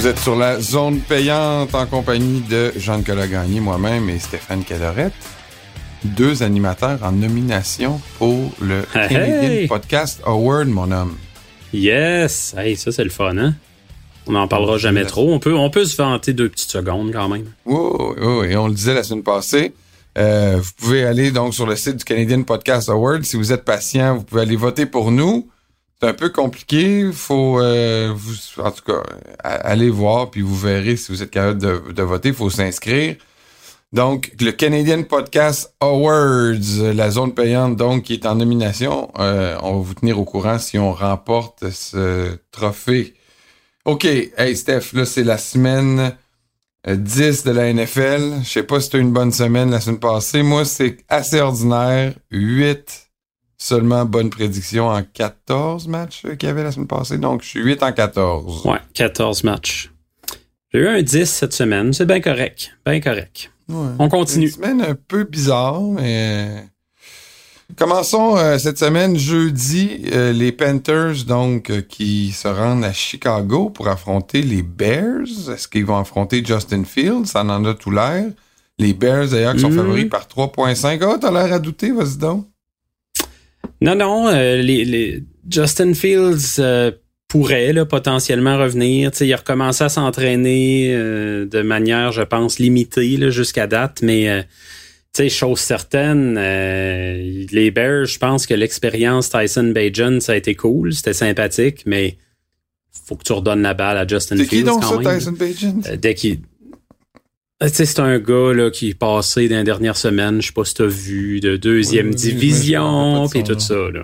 Vous êtes sur la zone payante en compagnie de Jean-Nicolas Gagné, moi-même et Stéphane Cadorette. 2 animateurs en nomination pour le Canadian Podcast Award, mon homme. Yes! Hey, ça, c'est le fun, hein? On n'en parlera jamais trop. On peut se vanter 2 petites secondes, quand même. Oui, et on le disait la semaine passée. Vous pouvez aller donc sur le site du Canadian Podcast Award. Si vous êtes patient, vous pouvez aller voter pour nous. C'est un peu compliqué. Il faut, en tout cas, aller voir, puis vous verrez si vous êtes capable de voter. Il faut s'inscrire. Donc, le Canadian Podcast Awards, la zone payante, donc, qui est en nomination. On va vous tenir au courant si on remporte ce trophée. OK. Hey, Steph, là, c'est la semaine 10 de la NFL. Je sais pas si c'était une bonne semaine la semaine passée. Moi, c'est assez ordinaire. 8 seulement bonnes prédictions en 14 matchs qu'il y avait la semaine passée. Donc, je suis 8 en 14. Ouais, 14 matchs. J'ai eu un 10 cette semaine. C'est bien correct. Bien correct. Ouais. On continue. Une semaine un peu bizarre, mais... Commençons cette semaine, jeudi, les Panthers, donc, qui se rendent à Chicago pour affronter les Bears. Est-ce qu'ils vont affronter Justin Fields? Ça en a tout l'air. Les Bears, d'ailleurs, qui sont favoris par 3,5. Ah, t'as l'air à douter, vas-y donc. Non, les Justin Fields pourrait là, potentiellement revenir. T'sais, il a recommencé à s'entraîner de manière, je pense, limitée là, jusqu'à date, mais chose certaine, les Bears, je pense que l'expérience Tyson Bagent, ça a été cool, c'était sympathique, mais faut que tu redonnes la balle à Justin Fields. C'est qui donc quand ça, même. Tyson Bagent? Dès qu'il... c'est un gars là, qui est passé dans les dernières semaines, je sais pas si t'as vu, de deuxième division, puis tout ça. Là.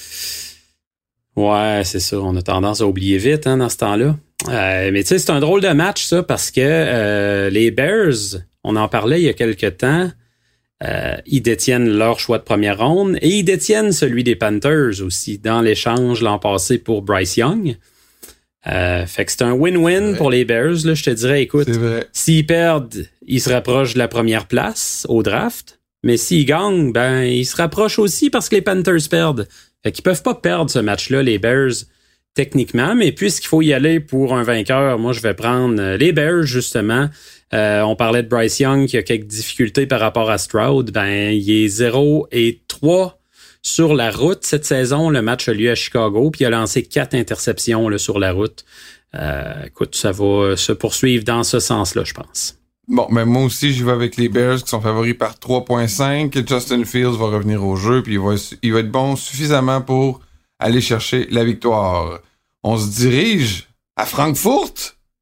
Ouais, c'est ça. On a tendance à oublier vite dans ce temps-là. Mais tu sais, c'est un drôle de match, ça, parce que les Bears, on en parlait il y a quelque temps, ils détiennent leur choix de première ronde et ils détiennent celui des Panthers aussi dans l'échange l'an passé pour Bryce Young. Fait que c'est un win-win pour les Bears. Là, je te dirais, écoute, s'ils perdent, ils se rapprochent de la première place au draft. Mais s'ils gagnent, ben ils se rapprochent aussi parce que les Panthers perdent. Fait qu'ils peuvent pas perdre ce match-là, les Bears, techniquement. Mais puisqu'il faut y aller pour un vainqueur, moi, je vais prendre les Bears, justement. On parlait de Bryce Young qui a quelques difficultés par rapport à Stroud. Ben, il est 0-3 sur la route cette saison. Le match a lieu à Chicago, puis il a lancé 4 interceptions là, sur la route. Écoute, ça va se poursuivre dans ce sens-là, je pense. Bon, mais moi aussi, j'y vais avec les Bears qui sont favoris par 3,5. Justin Fields va revenir au jeu, puis il va être bon suffisamment pour aller chercher la victoire. On se dirige à Francfort.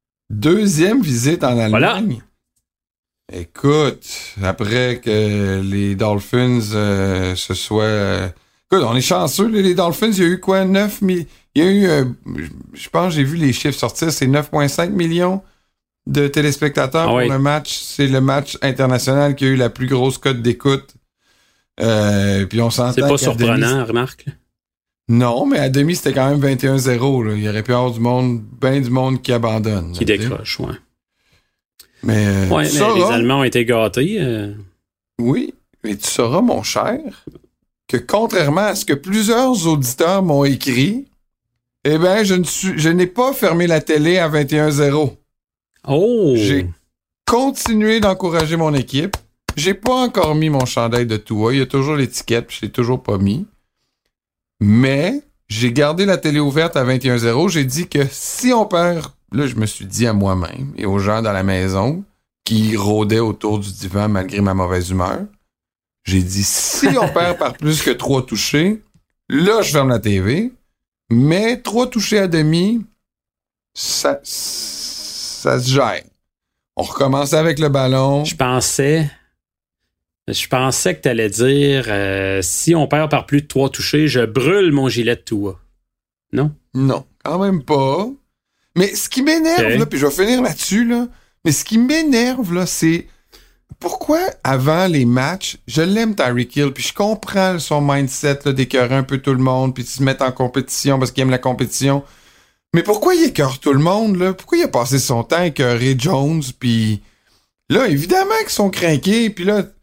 2e visite en Allemagne. Voilà. Écoute, après que les Dolphins se soient... Écoute, on est chanceux, les Dolphins, il y a eu quoi? 9 millions... Il y a eu, je pense, j'ai vu les chiffres sortir, c'est 9,5 millions de téléspectateurs pour le match. C'est le match international qui a eu la plus grosse cote d'écoute. Puis on s'entend... C'est pas surprenant, remarque. Non, mais à demi, c'était quand même 21-0. Là. Il y aurait pu y avoir du monde qui abandonne. Qui décroche, ouais. Mais, mais les Allemands ont été gâtés. Oui, mais tu sauras, mon cher, que contrairement à ce que plusieurs auditeurs m'ont écrit, eh bien, je n'ai pas fermé la télé à 21-0. Oh! J'ai continué d'encourager mon équipe. J'ai pas encore mis mon chandail de Tua. Il y a toujours l'étiquette, puis je l'ai toujours pas mis. Mais j'ai gardé la télé ouverte à 21-0. J'ai dit que si on perd... Là, je me suis dit à moi-même et aux gens dans la maison qui rôdaient autour du divan malgré ma mauvaise humeur, j'ai dit, si on perd par plus que 3 touchés, là, je ferme la TV. Mais 3 touchés à demi, ça se gère. On recommence avec le ballon. Je pensais que tu allais dire si on perd par plus de 3 touchés, je brûle mon gilet de Tua. Non? Non, quand même pas. Mais ce qui m'énerve, là, puis je vais finir là-dessus, là, mais ce qui m'énerve, là, c'est pourquoi avant les matchs, je l'aime Tyreek Hill, puis je comprends son mindset là, d'écœurer un peu tout le monde, puis de se mettre en compétition parce qu'il aime la compétition. Mais pourquoi il écœure tout le monde, là? Pourquoi il a passé son temps à écœurer Jones, puis là, évidemment qu'ils sont craqués, puis là,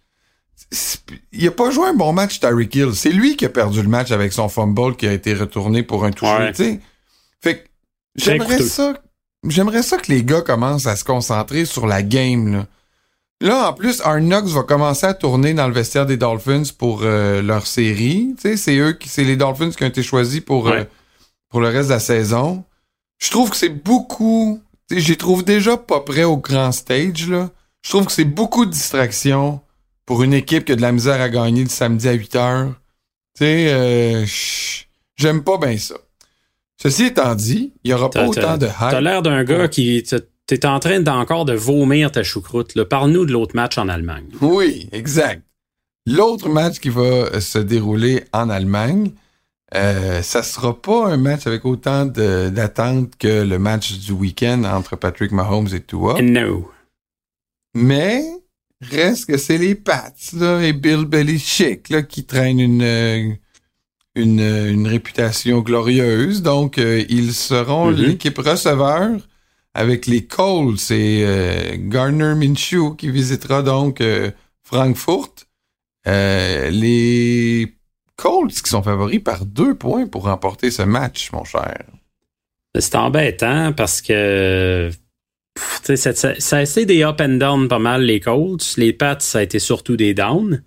il a pas joué un bon match, Tyreek Hill. C'est lui qui a perdu le match avec son fumble qui a été retourné pour un toucher, tu sais. Fait que j'aimerais ça j'aimerais ça que les gars commencent à se concentrer sur la game, là. Là, en plus, Hard Knocks va commencer à tourner dans le vestiaire des Dolphins pour leur série. Tu sais, c'est les Dolphins qui ont été choisis pour le reste de la saison. Je trouve que c'est beaucoup... Tu sais, je les trouve déjà pas prêts au grand stage, là. Je trouve que c'est beaucoup de distractions pour une équipe qui a de la misère à gagner le samedi à 8h. Tu sais, j'aime pas bien ça. Ceci étant dit, il y aura pas autant de hype. T'as l'air d'un gars qui... T'es en train d'encore de vomir ta choucroute, là. Parle-nous de l'autre match en Allemagne. Oui, exact. L'autre match qui va se dérouler en Allemagne, ça sera pas un match avec autant d'attente que le match du week-end entre Patrick Mahomes et Tua. No. Mais reste que c'est les Pats là, et Bill Belichick là, qui traînent une réputation glorieuse. Donc, ils seront l'équipe receveur avec les Colts. C'est Gardner Minshew qui visitera donc Francfort. Les Colts qui sont favoris par 2 points pour remporter ce match, mon cher. C'est embêtant parce que ça a été des up and down pas mal, les Colts. Les Pats, ça a été surtout des downs.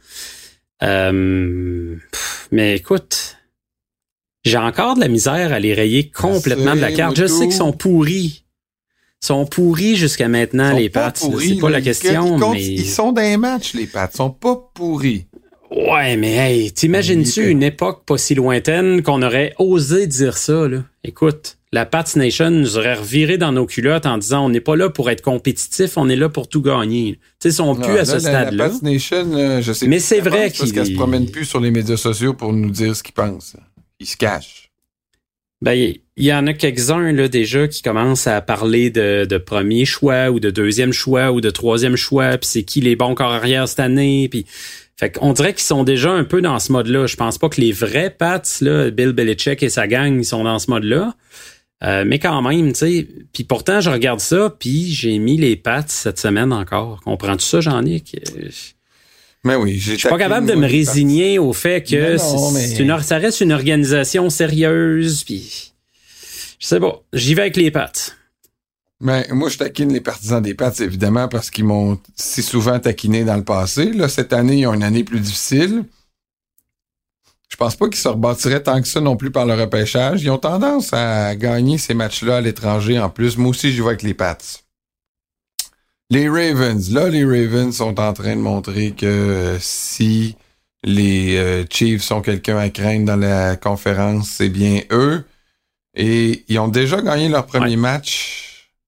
Mais écoute, j'ai encore de la misère à les rayer complètement de la carte. Je sais qu'ils sont pourris. Ils sont pourris jusqu'à maintenant, les Pats. C'est pas la question, mais... Ils sont dans les matchs, les Pats. Ils sont pas pourris. Ouais, mais hey, t'imagines-tu une époque pas si lointaine qu'on aurait osé dire ça, là? Écoute, la Pats Nation nous aurait reviré dans nos culottes en disant on n'est pas là pour être compétitif, on est là pour tout gagner. Tu sais, ils sont plus à ce stade-là. La Pats Nation, je sais mais c'est vrai parce qu'elle se promène plus sur les médias sociaux pour nous dire ce qu'ils pensent. Ils se cachent. Ben, il y en a quelques-uns là déjà qui commencent à parler de premier choix ou de deuxième choix ou de troisième choix, puis c'est qui les bons corps arrière cette année, puis fait qu'on dirait qu'ils sont déjà un peu dans ce mode-là. Je pense pas que les vrais Pats, là, Bill Belichick et sa gang, ils sont dans ce mode-là. Mais quand même, tu sais. Puis pourtant, je regarde ça, puis j'ai mis les Pats cette semaine encore. Comprends-tu ça, Jean-Nic? Mais oui, je suis pas capable de me résigner au fait que ça reste une organisation sérieuse, puis je sais pas, j'y vais avec les Pats. Mais moi, je taquine les partisans des Pats, évidemment, parce qu'ils m'ont si souvent taquiné dans le passé. Là, cette année, ils ont une année plus difficile. Je pense pas qu'ils se rebâtiraient tant que ça non plus par le repêchage. Ils ont tendance à gagner ces matchs-là à l'étranger en plus. Moi aussi, j'y vais avec les Pats. Les Ravens. Là, les Ravens sont en train de montrer que si les Chiefs sont quelqu'un à craindre dans la conférence, c'est bien eux. Et ils ont déjà gagné leur premier match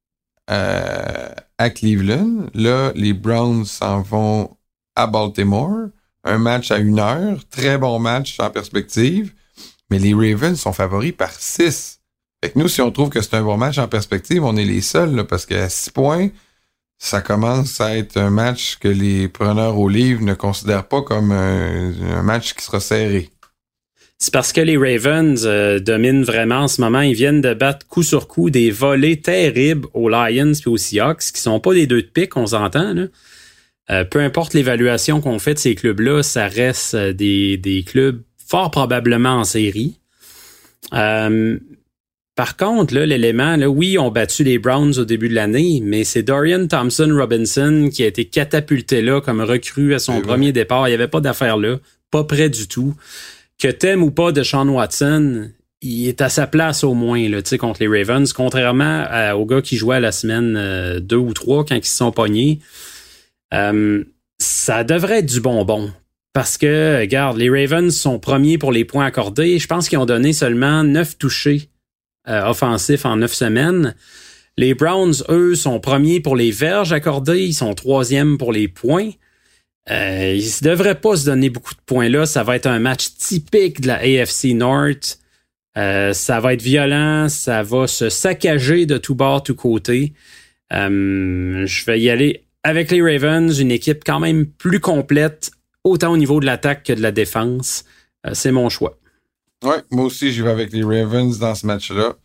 à Cleveland. Là, les Browns s'en vont à Baltimore. Un match à 1h. Très bon match en perspective. Mais les Ravens sont favoris par 6. Fait que nous, si on trouve que c'est un bon match en perspective, on est les seuls, là, parce qu'à 6 points, ça commence à être un match que les preneurs au livre ne considèrent pas comme un match qui sera serré. C'est parce que les Ravens dominent vraiment en ce moment. Ils viennent de battre coup sur coup des volées terribles aux Lions et aux Seahawks, qui sont pas des 2 de pique, on s'entend, là. Peu importe l'évaluation qu'on fait de ces clubs-là, ça reste des clubs fort probablement en série. Par contre, là, l'élément, là, oui, on battu les Browns au début de l'année, mais c'est Dorian Thompson-Robinson qui a été catapulté là comme recrue à son premier départ. Il n'y avait pas d'affaire là, pas près du tout. Que t'aimes ou pas de Deshaun Watson, il est à sa place au moins là, contre les Ravens, contrairement aux gars qui jouaient à la semaine 2 ou 3 quand ils se sont pognés. Ça devrait être du bonbon. Parce que, regarde, les Ravens sont premiers pour les points accordés. Je pense qu'ils ont donné seulement 9 touchés offensifs en 9 semaines. Les Browns, eux, sont premiers pour les verges accordées. Ils sont 3e pour les points. Ils ne devraient pas se donner beaucoup de points là. Ça va être un match typique de la AFC North. Ça va être violent. Ça va se saccager de tout bord, tout côté. Je vais y aller avec les Ravens, une équipe quand même plus complète, autant au niveau de l'attaque que de la défense. C'est mon choix. Oui, moi aussi, j'y vais avec les Ravens dans ce match-là.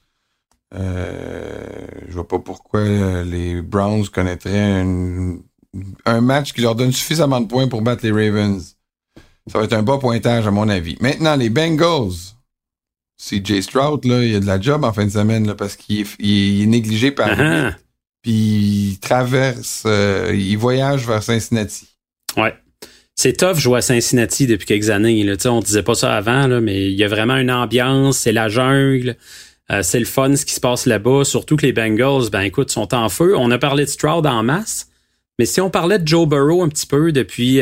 Je vois pas pourquoi les Browns connaîtraient un match qui leur donne suffisamment de points pour battre les Ravens. Ça va être un bas pointage, à mon avis. Maintenant, les Bengals. CJ Stroud, là, il a de la job en fin de semaine, là, parce qu'il est négligé par lui. Puis il traverse, il voyage vers Cincinnati. Ouais. C'est tough jouer à Cincinnati depuis quelques années. Là. On disait pas ça avant, là, mais il y a vraiment une ambiance, c'est la jungle, c'est le fun ce qui se passe là-bas. Surtout que les Bengals, ben écoute, sont en feu. On a parlé de Stroud en masse, mais si on parlait de Joe Burrow un petit peu depuis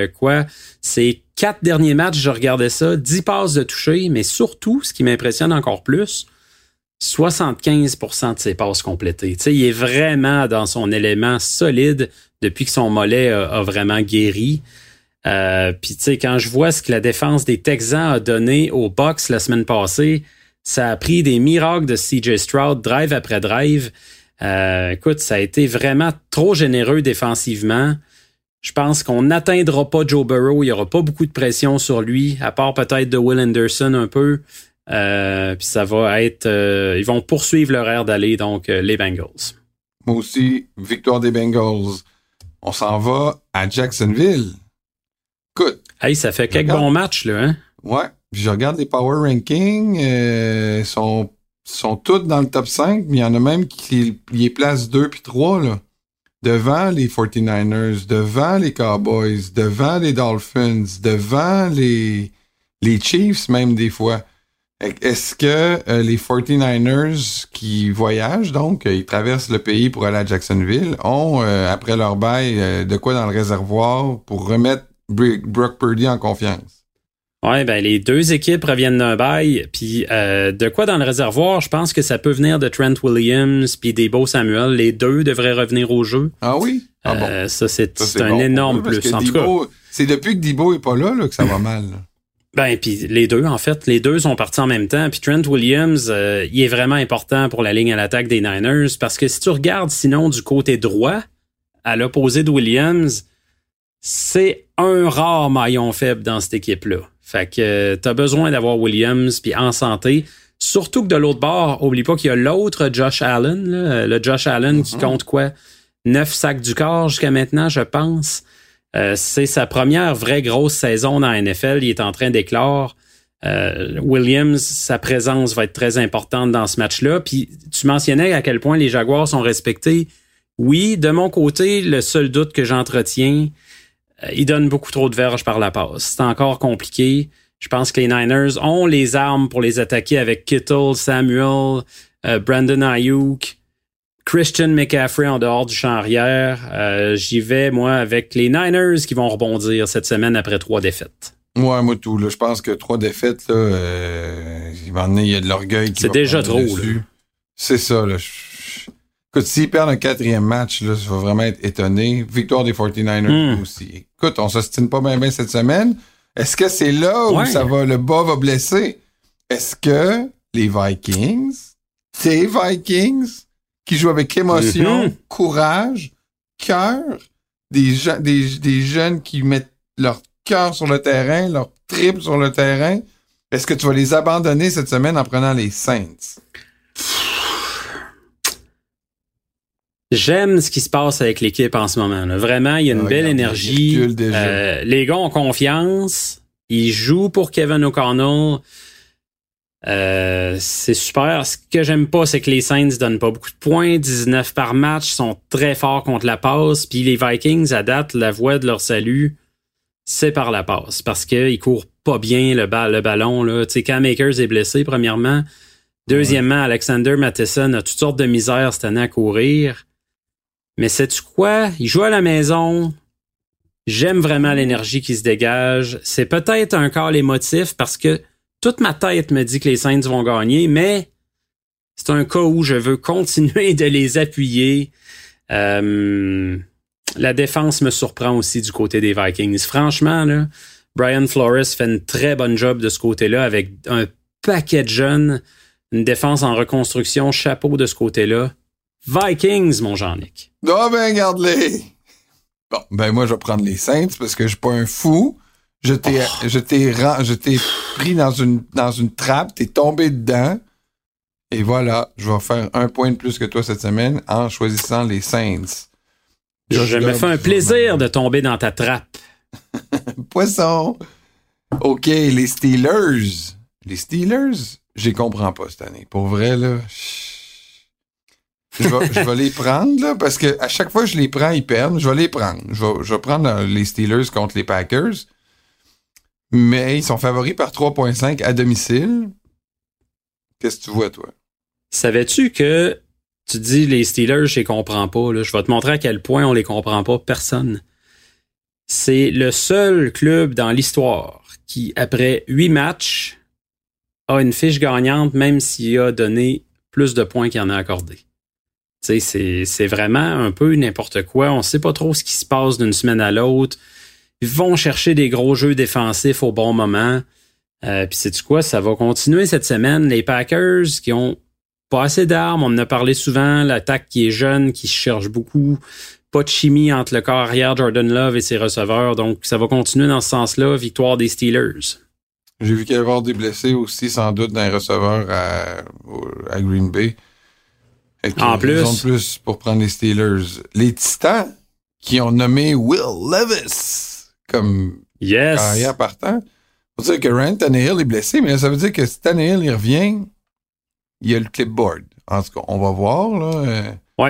ces 4 derniers matchs, je regardais ça, 10 passes de toucher, mais surtout, ce qui m'impressionne encore plus, 75% de ses passes complétées. Il est vraiment dans son élément solide depuis que son mollet a vraiment guéri. Puis quand je vois ce que la défense des Texans a donné aux Bucs la semaine passée, ça a pris des miracles de CJ Stroud, drive après drive. Écoute, ça a été vraiment trop généreux défensivement. Je pense qu'on n'atteindra pas Joe Burrow. Il n'y aura pas beaucoup de pression sur lui, à part peut-être de Will Anderson un peu. Puis ça va être... ils vont poursuivre leur aire d'aller, donc les Bengals. Moi aussi, victoire des Bengals. On s'en va à Jacksonville. Écoute. Hey, ça fait quelques bons matchs, là, hein? Ouais. Puis je regarde les power rankings. Sont tous dans le top 5, mais il y en a même qui les placent 2 puis 3, là. Devant les 49ers, devant les Cowboys, devant les Dolphins, devant les Chiefs, même des fois. Est-ce que les 49ers qui voyagent, donc, ils traversent le pays pour aller à Jacksonville, ont, après leur bail, de quoi dans le réservoir pour remettre Brock Purdy en confiance? Ouais, ben les deux équipes reviennent d'un bail, puis de quoi dans le réservoir, je pense que ça peut venir de Trent Williams puis Deebo Samuel. Les deux devraient revenir au jeu. Ah oui? Ah bon. Ça, c'est un bon, énorme plus. En tout cas, c'est depuis que Deebo est pas là que ça va mal. Là. Ben, puis les deux, en fait, les deux sont partis en même temps. Puis Trent Williams, il est vraiment important pour la ligne à l'attaque des Niners parce que si tu regardes sinon du côté droit, à l'opposé de Williams, c'est un rare maillon faible dans cette équipe-là. Fait que t'as besoin d'avoir Williams puis en santé. Surtout que de l'autre bord, oublie pas qu'il y a l'autre Josh Allen, là, le Josh Allen qui compte quoi? 9 sacs du corps jusqu'à maintenant, je pense. C'est sa première vraie grosse saison dans la NFL. Il est en train d'éclore. Williams, sa présence va être très importante dans ce match-là. Puis tu mentionnais à quel point les Jaguars sont respectés. Oui, de mon côté, le seul doute que j'entretiens, ils donnent beaucoup trop de verges par la passe. C'est encore compliqué. Je pense que les Niners ont les armes pour les attaquer avec Kittle, Samuel, Brandon Ayuk, Christian McCaffrey en dehors du champ arrière. J'y vais, moi, avec les Niners qui vont rebondir cette semaine après 3 défaites. Ouais, moi tout. Là, je pense que 3 défaites, là, il y a de l'orgueil qui c'est va déjà trop. Là. C'est ça. Là. Écoute, s'ils perdent un 4e match, là, ça va vraiment être étonné. Victoire des 49ers aussi. Écoute, on s'ostine pas bien cette semaine. Est-ce que c'est là où le bas va blesser? Est-ce que les Vikings, tes Vikings, qui jouent avec émotion, courage, cœur, des jeunes qui mettent leur cœur sur le terrain, leur trip sur le terrain, est-ce que tu vas les abandonner cette semaine en prenant les Saints? J'aime ce qui se passe avec l'équipe en ce moment. Là. Vraiment, il y a une belle énergie. Les gars ont confiance. Ils jouent pour Kevin O'Connell. C'est super. Ce que j'aime pas, c'est que les Saints donnent pas beaucoup de points. 19 par match, sont très forts contre la passe. Puis les Vikings, à date, la voie de leur salut, c'est par la passe. Parce qu'ils courent pas bien le ballon. Là. Tu sais, Cam Akers est blessé, premièrement. Deuxièmement, Alexander Mattison a toutes sortes de misères cette année à courir. Mais sais-tu quoi? Il joue à la maison. J'aime vraiment l'énergie qui se dégage. C'est peut-être un call émotif parce que toute ma tête me dit que les Saints vont gagner, mais c'est un cas où je veux continuer de les appuyer. La défense me surprend aussi du côté des Vikings. Franchement, là, Brian Flores fait une très bonne job de ce côté-là avec un paquet de jeunes, une défense en reconstruction, chapeau de ce côté-là. Vikings, mon Jean-Nic. Ah ben, garde-les! Bon, ben moi, je vais prendre les Saints parce que je suis pas un fou. Je t'ai pris dans une trappe, t'es tombé dedans. Et voilà, je vais faire 1 point de plus que toi cette semaine en choisissant les Saints. Je me fais un plaisir de tomber dans ta trappe. Poisson! OK, les Steelers. Les Steelers, je les comprends pas cette année. Pour vrai, là, je vais les prendre, là, parce que à chaque fois que je les prends, ils perdent. Je vais les prendre. Je vais prendre les Steelers contre les Packers. Mais ils sont favoris par 3,5 à domicile. Qu'est-ce que tu vois, toi? Savais-tu que tu dis les Steelers, je les comprends pas, là. Je vais te montrer à quel point on les comprend pas. Personne. C'est le seul club dans l'histoire qui, après 8 matchs, a une fiche gagnante, même s'il a donné plus de points qu'il en a accordé. Tu sais, c'est vraiment un peu n'importe quoi. On sait pas trop ce qui se passe d'une semaine à l'autre. Ils vont chercher des gros jeux défensifs au bon moment. Puis sais-tu quoi? Ça va continuer cette semaine. Les Packers qui ont pas assez d'armes, on en a parlé souvent. L'attaque qui est jeune, qui se cherche beaucoup. Pas de chimie entre le corps arrière Jordan Love et ses receveurs. Donc, ça va continuer dans ce sens-là. Victoire des Steelers. J'ai vu qu'il y avait des blessés aussi, sans doute, dans les receveurs à Green Bay. En plus. Raison de plus pour prendre les Steelers. Les Titans, qui ont nommé Will Levis comme carrière partant. Ça veut dire que Ryan Tannehill est blessé, mais là, ça veut dire que si Tannehill il revient, il y a le clipboard. En tout cas, on va voir, là. Ouais.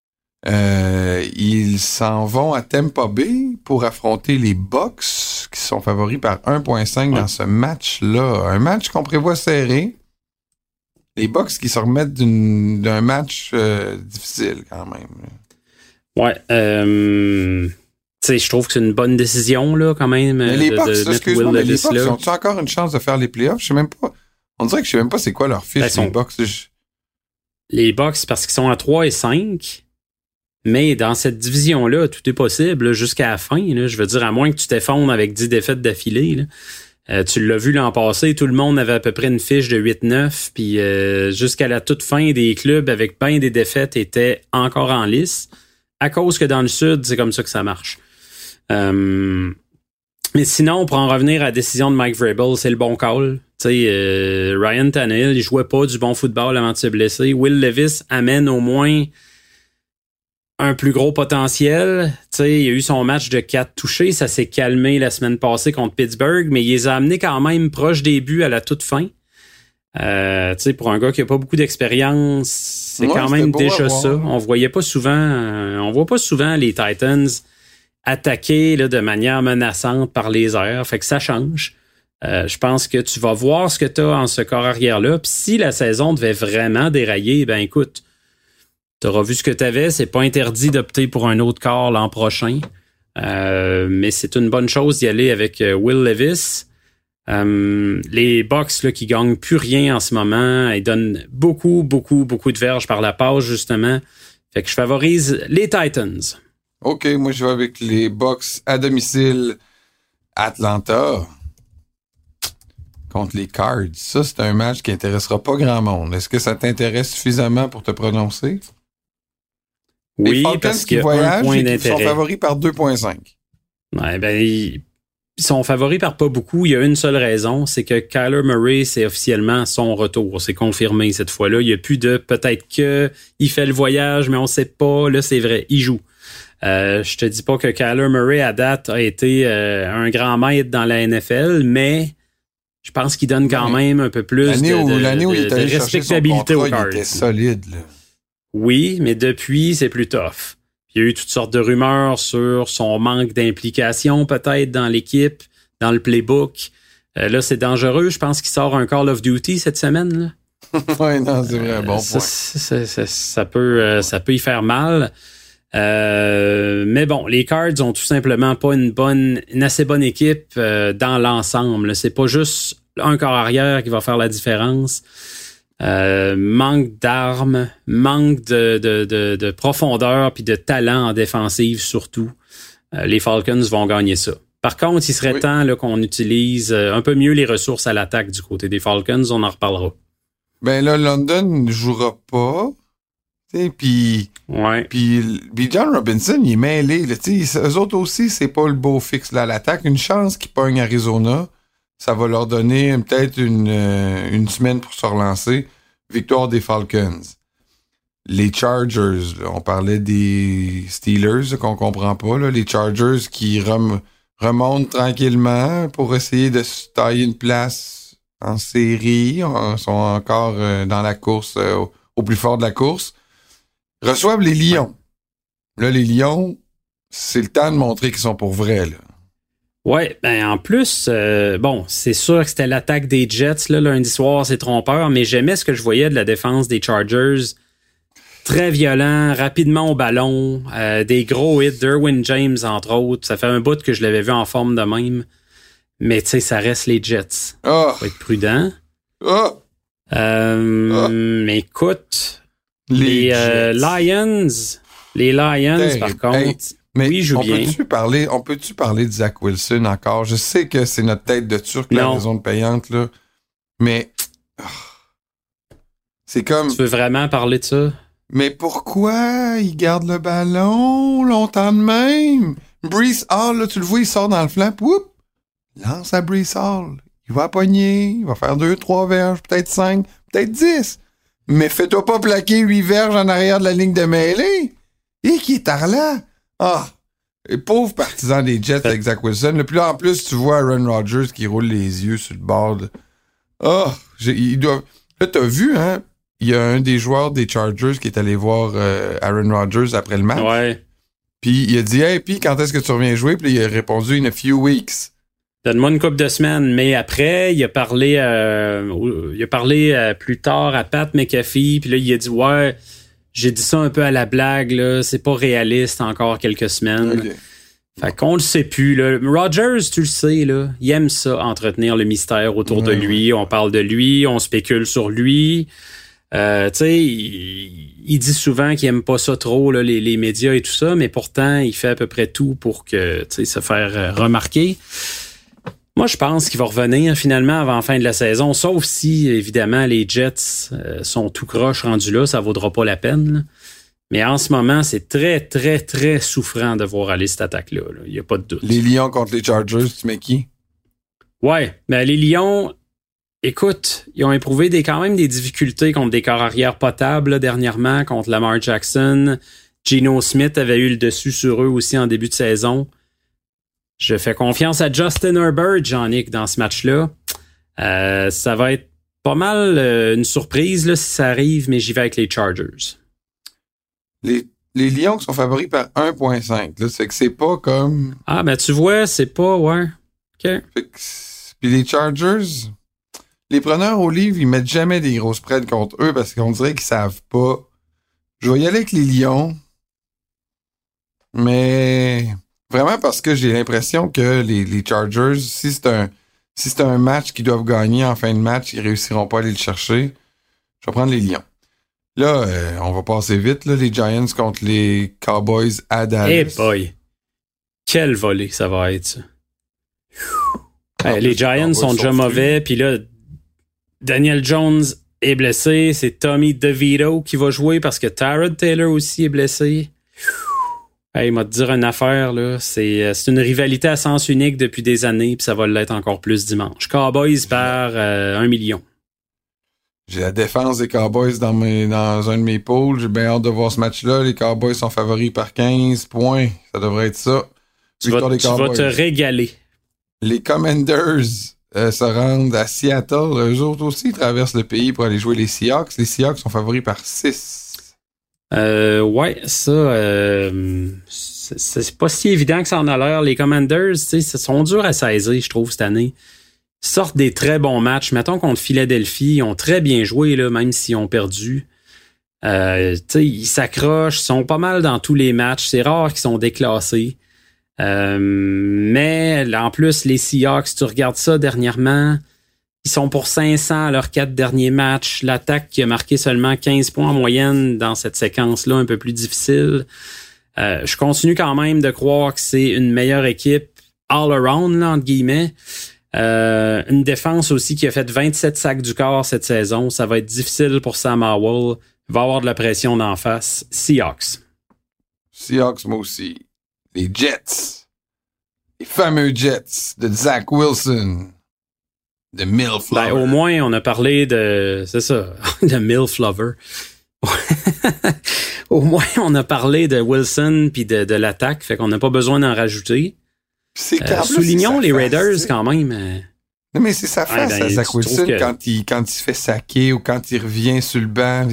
Ils s'en vont à Tampa Bay pour affronter les Bucks, qui sont favoris par 1,5 dans ce match-là. Un match qu'on prévoit serré. Les Bucks qui se remettent d'un match difficile, quand même. Ouais. Tu sais, je trouve que c'est une bonne décision, là, quand même. Mais les Bucks, excuse-moi, mais les Bucks ont-ils encore une chance de faire les playoffs? Je sais même pas. On dirait que je sais même pas c'est quoi leur fiche, les Bucks. Les Bucks, parce qu'ils sont à 3 et 5. Mais dans cette division-là, tout est possible, jusqu'à la fin. Là, je veux dire, à moins que tu t'effondres avec 10 défaites d'affilée. Tu l'as vu l'an passé, tout le monde avait à peu près une fiche de 8-9. Puis jusqu'à la toute fin, des clubs avec bien des défaites étaient encore en lice. À cause que dans le Sud, c'est comme ça que ça marche. Mais sinon, pour en revenir à la décision de Mike Vrabel, c'est le bon call. Ryan Tannehill, il jouait pas du bon football avant de se blesser. Will Levis amène au moins un plus gros potentiel. Il a eu son match de 4 touchés. Ça s'est calmé la semaine passée contre Pittsburgh, mais il les a amenés quand même proche des buts à la toute fin. Pour un gars qui a pas beaucoup d'expérience, c'est quand même déjà ça. On voit pas souvent les Titans attaquer là, de manière menaçante par les airs. Fait que ça change. Je pense que tu vas voir ce que tu as en ce corps arrière-là. Puis si la saison devait vraiment dérailler, ben écoute, tu auras vu ce que tu avais. C'est pas interdit d'opter pour un autre corps l'an prochain. Mais c'est une bonne chose d'y aller avec Will Levis. Les Bucks là, qui gagnent plus rien en ce moment, ils donnent beaucoup de verges par la passe, justement. Fait que je favorise les Titans. OK, moi je vais avec les Bucks à domicile. Atlanta contre les Cards. Ça, c'est un match qui intéressera pas grand monde. Est-ce que ça t'intéresse suffisamment pour te prononcer? Oui, les Falcons parce qui qu'il y a un point voyagent et qui d'intérêt. sont favoris par 2,5. Ouais, ben, ils sont favoris par pas beaucoup. Il y a une seule raison, c'est que Kyler Murray, c'est officiellement son retour. C'est confirmé cette fois-là. Il n'y a plus de peut-être que il fait le voyage, mais on sait pas. Là, c'est vrai, il joue. Je te dis pas que Kyler Murray, à date, a été un grand maître dans la NFL, mais je pense qu'il donne quand même un peu plus l'année où il est allé de chercher son respectabilité contrat, aux Cards. il était solide. Là. Oui, mais depuis, c'est plus tough. Il y a eu toutes sortes de rumeurs sur son manque d'implication peut-être dans l'équipe, dans le playbook. Là, c'est dangereux. Je pense qu'il sort un Call of Duty cette semaine. Oui, non, c'est vrai, bon point. Ça peut y faire mal. Mais bon, les Cards ont tout simplement pas une assez bonne équipe dans l'ensemble. C'est pas juste un corps arrière qui va faire la différence. Manque d'armes, manque de profondeur puis de talent en défensive surtout. Les Falcons vont gagner ça. Par contre, il serait temps là, qu'on utilise un peu mieux les ressources à l'attaque du côté des Falcons. On en reparlera. Ben là, London ne jouera pas. Puis John Robinson, il est mêlé. Là, eux autres aussi, c'est pas le beau fixe là, à l'attaque. Une chance qu'ils pognent Arizona. Ça va leur donner peut-être une semaine pour se relancer. Victoire des Falcons. Les Chargers, là, on parlait des Steelers là, qu'on comprend pas. Là, les Chargers qui remontent tranquillement pour essayer de se tailler une place en série, sont encore dans la course, au plus fort de la course, reçoivent les Lions. Là, les Lions, c'est le temps de montrer qu'ils sont pour vrai, là. Ouais, ben en plus, bon, c'est sûr que c'était l'attaque des Jets, là, lundi soir, c'est trompeur, mais j'aimais ce que je voyais de la défense des Chargers. Très violent, rapidement au ballon, des gros hits, Derwin James, entre autres. Ça fait un bout que je l'avais vu en forme de même. Mais tu sais, ça reste les Jets. Faut être prudent. Mais écoute, les Lions, par contre... Hey. Mais oui, joue bien. On peut-tu parler de Zach Wilson encore? Je sais que c'est notre tête de turc, la raison payante, là. Mais, c'est comme... Tu veux vraiment parler de ça? Mais pourquoi il garde le ballon longtemps de même? Breece Hall, là, tu le vois, il sort dans le flanc, whoop! Lance à Breece Hall. Il va pogner, il va faire 2-3 verges, peut-être 5, peut-être 10. Mais fais-toi pas plaquer 8 verges en arrière de la ligne de mêlée. Et qui est là? Ah! Les pauvres partisans des Jets avec Zach Wilson. Puis là, en plus, tu vois Aaron Rodgers qui roule les yeux sur le bord. Ah! Là, t'as vu, hein? Il y a un des joueurs des Chargers qui est allé voir Aaron Rodgers après le match. Ouais. Puis il a dit, hey, puis quand est-ce que tu reviens jouer? Puis il a répondu, in a few weeks. Donne-moi une couple de semaines. Mais après, il a parlé plus tard à Pat McAfee. Puis là, il a dit, ouais, j'ai dit ça un peu à la blague, là. C'est pas réaliste encore quelques semaines. Okay. Fait qu'on le sait plus, là. Rodgers, tu le sais, là. Il aime ça, entretenir le mystère autour de lui. On parle de lui, on spécule sur lui. Tu sais, il dit souvent qu'il aime pas ça trop, là, les médias et tout ça, mais pourtant, il fait à peu près tout pour que, tu sais, se faire remarquer. Moi, je pense qu'il va revenir finalement avant la fin de la saison, sauf si, évidemment, les Jets sont tout croche rendus là, ça vaudra pas la peine, là. Mais en ce moment, c'est très, très, très souffrant de voir aller cette attaque-là. Il n'y a pas de doute. Les Lions contre les Chargers, tu mets qui? Ouais, ben les Lions, écoute, ils ont éprouvé quand même des difficultés contre des corps arrière potables là, dernièrement, contre Lamar Jackson. Geno Smith avait eu le dessus sur eux aussi en début de saison. Je fais confiance à Justin Herbert, Jean-Nic, dans ce match-là. Ça va être pas mal une surprise là, si ça arrive, mais j'y vais avec les Chargers. Les Lions qui sont favoris par 1.5, là, c'est que c'est pas comme... Ah, ben tu vois, c'est pas... Ouais. OK. Puis les Chargers, les preneurs au livre, ils mettent jamais des grosses spreads contre eux parce qu'on dirait qu'ils savent pas. Je vais y aller avec les Lions, mais vraiment parce que j'ai l'impression que les Chargers, si c'est un match qu'ils doivent gagner en fin de match, ils réussiront pas à aller le chercher. Je vais prendre les Lions. Là, on va passer vite, là, les Giants contre les Cowboys à Dallas. Eh boy! Quelle volée ça va être, ça. Les Giants sont déjà mauvais, puis là, Daniel Jones est blessé, c'est Tommy DeVito qui va jouer parce que Tyrod Taylor aussi est blessé. Il m'a te dire une affaire, là, c'est une rivalité à sens unique depuis des années, puis ça va l'être encore plus dimanche. Cowboys par 1 million. J'ai la défense des Cowboys dans un de mes pools. J'ai bien hâte de voir ce match-là. Les Cowboys sont favoris par 15 points. Ça devrait être ça. Tu vas te régaler. Les Commanders se rendent à Seattle. Eux autres aussi traversent le pays pour aller jouer les Seahawks. Les Seahawks sont favoris par 6. Ouais, ça... c'est pas si évident que ça en a l'air. Les Commanders, tu sais, sont durs à saisir, je trouve, cette année. Sortent des très bons matchs. Mettons contre Philadelphie, ils ont très bien joué, là, même s'ils ont perdu. Ils s'accrochent, ils sont pas mal dans tous les matchs. C'est rare qu'ils sont déclassés. Mais là, en plus, les Seahawks, tu regardes ça dernièrement, ils sont pour 500 à leurs 4 derniers matchs. L'attaque qui a marqué seulement 15 points en moyenne dans cette séquence-là, un peu plus difficile. Je continue quand même de croire que c'est une meilleure équipe all-around, là, entre guillemets. Une défense aussi qui a fait 27 sacs du corps cette saison. Ça va être difficile pour Sam Howell. Il va avoir de la pression d'en face. Seahawks, moi aussi. Les Jets. Les fameux Jets de Zach Wilson. De MILF Lover. Ben, au moins, on a parlé de... C'est ça, de MILF Lover. Au moins, on a parlé de Wilson puis de l'attaque. Fait qu'on n'a pas besoin d'en rajouter. Soulignons les Raiders quand même. Non, mais c'est sa face à Zach Wilson quand il se fait saquer ou quand il revient sur le banc.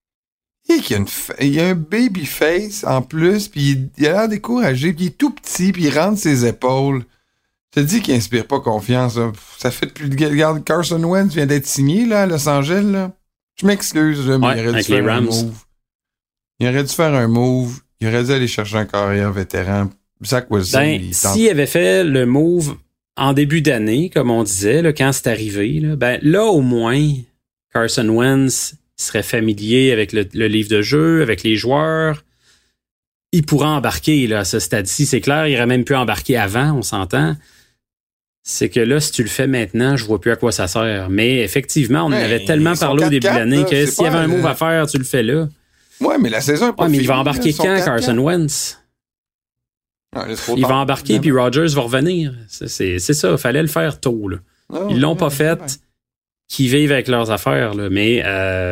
Il y a un baby face en plus, puis il a l'air découragé, puis il est tout petit, puis il rentre ses épaules. Je te dis qu'il inspire pas confiance. Là. Ça fait depuis... Regarde, Carson Wentz vient d'être signé là, à Los Angeles. Là. Je m'excuse, là, mais il aurait dû faire un move. Il aurait dû faire un move. Il aurait dû aller chercher un carrière vétéran. Zach Wilson, s'il avait fait le move en début d'année, comme on disait, là, quand c'est arrivé, là, au moins, Carson Wentz serait familier avec le livre de jeu, avec les joueurs. Il pourrait embarquer là, à ce stade-ci. C'est clair, il aurait même pu embarquer avant, on s'entend. C'est que là, si tu le fais maintenant, je vois plus à quoi ça sert. Mais effectivement, on en avait tellement parlé au début de l'année que s'il y avait un move à faire, tu le fais là. Ouais, mais la saison est pas mais finie, il va embarquer quand, Carson Wentz? Il va embarquer, puis Rodgers va revenir. C'est ça, il fallait le faire tôt. Là. Ils l'ont pas fait. Qu'ils vivent avec leurs affaires. Là. Mais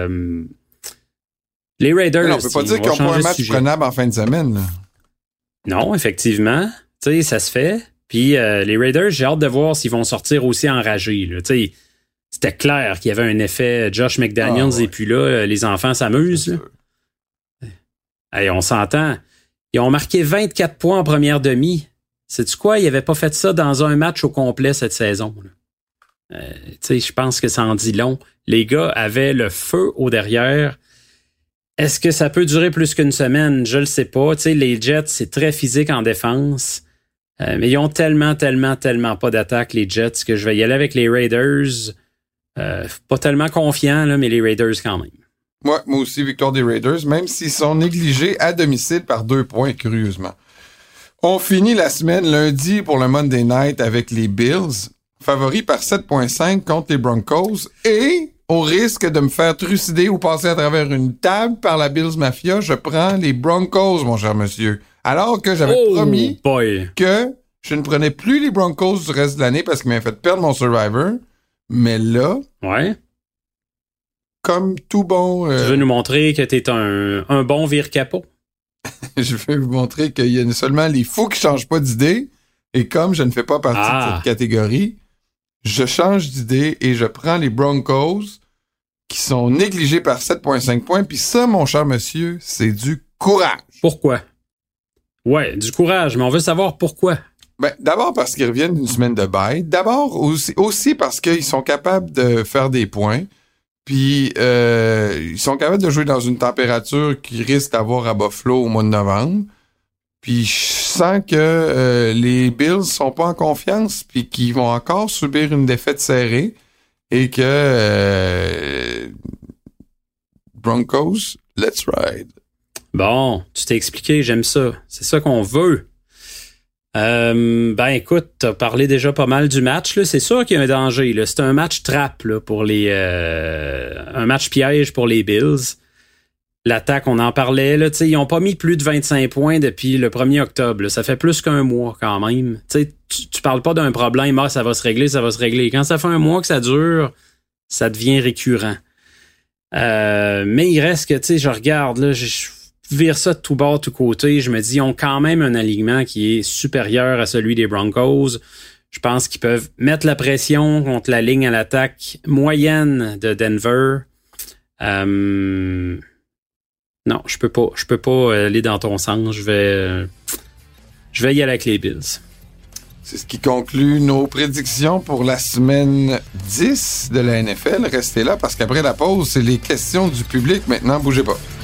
les Raiders... on peut pas dire qu'ils n'ont pas un match prenable en fin de semaine. Là. Non, effectivement. Tu sais, ça se fait. Puis les Raiders, j'ai hâte de voir s'ils vont sortir aussi enragés. Tu sais, c'était clair qu'il y avait un effet Josh McDaniels et puis là, les enfants s'amusent. Là. Hey, on s'entend. Ils ont marqué 24 points en première demi. Sais-tu quoi? Ils n'avaient pas fait ça dans un match au complet cette saison. Je pense que ça en dit long. Les gars avaient le feu au derrière. Est-ce que ça peut durer plus qu'une semaine? Je le sais pas. Les Jets, c'est très physique en défense. Mais ils ont tellement pas d'attaque, les Jets, que je vais y aller avec les Raiders. Pas tellement confiant, là, mais les Raiders quand même. Moi aussi, victoire des Raiders, même s'ils sont négligés à domicile par 2 points, curieusement. On finit la semaine lundi pour le Monday Night avec les Bills, favoris par 7,5 contre les Broncos, et au risque de me faire trucider ou passer à travers une table par la Bills Mafia, je prends les Broncos, mon cher monsieur. Alors que j'avais promis que je ne prenais plus les Broncos du reste de l'année parce qu'ils m'avaient fait perdre mon Survivor, mais là... Ouais. Comme tout bon... Tu veux nous montrer que t'es un bon vire-capot? Je vais vous montrer qu'il y a seulement les fous qui changent pas d'idée. Et comme je ne fais pas partie de cette catégorie, je change d'idée et je prends les Broncos qui sont négligés par 7,5 points. Puis ça, mon cher monsieur, c'est du courage. Pourquoi? Ouais, du courage, mais on veut savoir pourquoi. Ben, d'abord parce qu'ils reviennent d'une semaine de bye. D'abord aussi parce qu'ils sont capables de faire des points. Puis, ils sont capables de jouer dans une température qui risque d'avoir à Buffalo au mois de novembre. Puis, je sens que les Bills sont pas en confiance puis qu'ils vont encore subir une défaite serrée et que Broncos, let's ride. Bon, tu t'es expliqué, j'aime ça. C'est ça qu'on veut. Écoute, t'as parlé déjà pas mal du match, là. C'est sûr qu'il y a un danger, là. C'est un match trap, là, pour les, un match piège pour les Bills. L'attaque, on en parlait, là. Tu sais, ils ont pas mis plus de 25 points depuis le 1er octobre, là. Ça fait plus qu'un mois, quand même. Tu sais, tu parles pas d'un problème, ça va se régler. Quand ça fait un mois que ça dure, ça devient récurrent. Mais il reste que, tu sais, je regarde, là, je vire ça de tout bord, tout côté. Je me dis, ils ont quand même un alignement qui est supérieur à celui des Broncos. Je pense qu'ils peuvent mettre la pression contre la ligne à l'attaque moyenne de Denver. Non, je peux pas aller dans ton sens. Je vais y aller avec les Bills. C'est ce qui conclut nos prédictions pour la semaine 10 de la NFL. Restez là parce qu'après la pause, c'est les questions du public. Maintenant, bougez pas.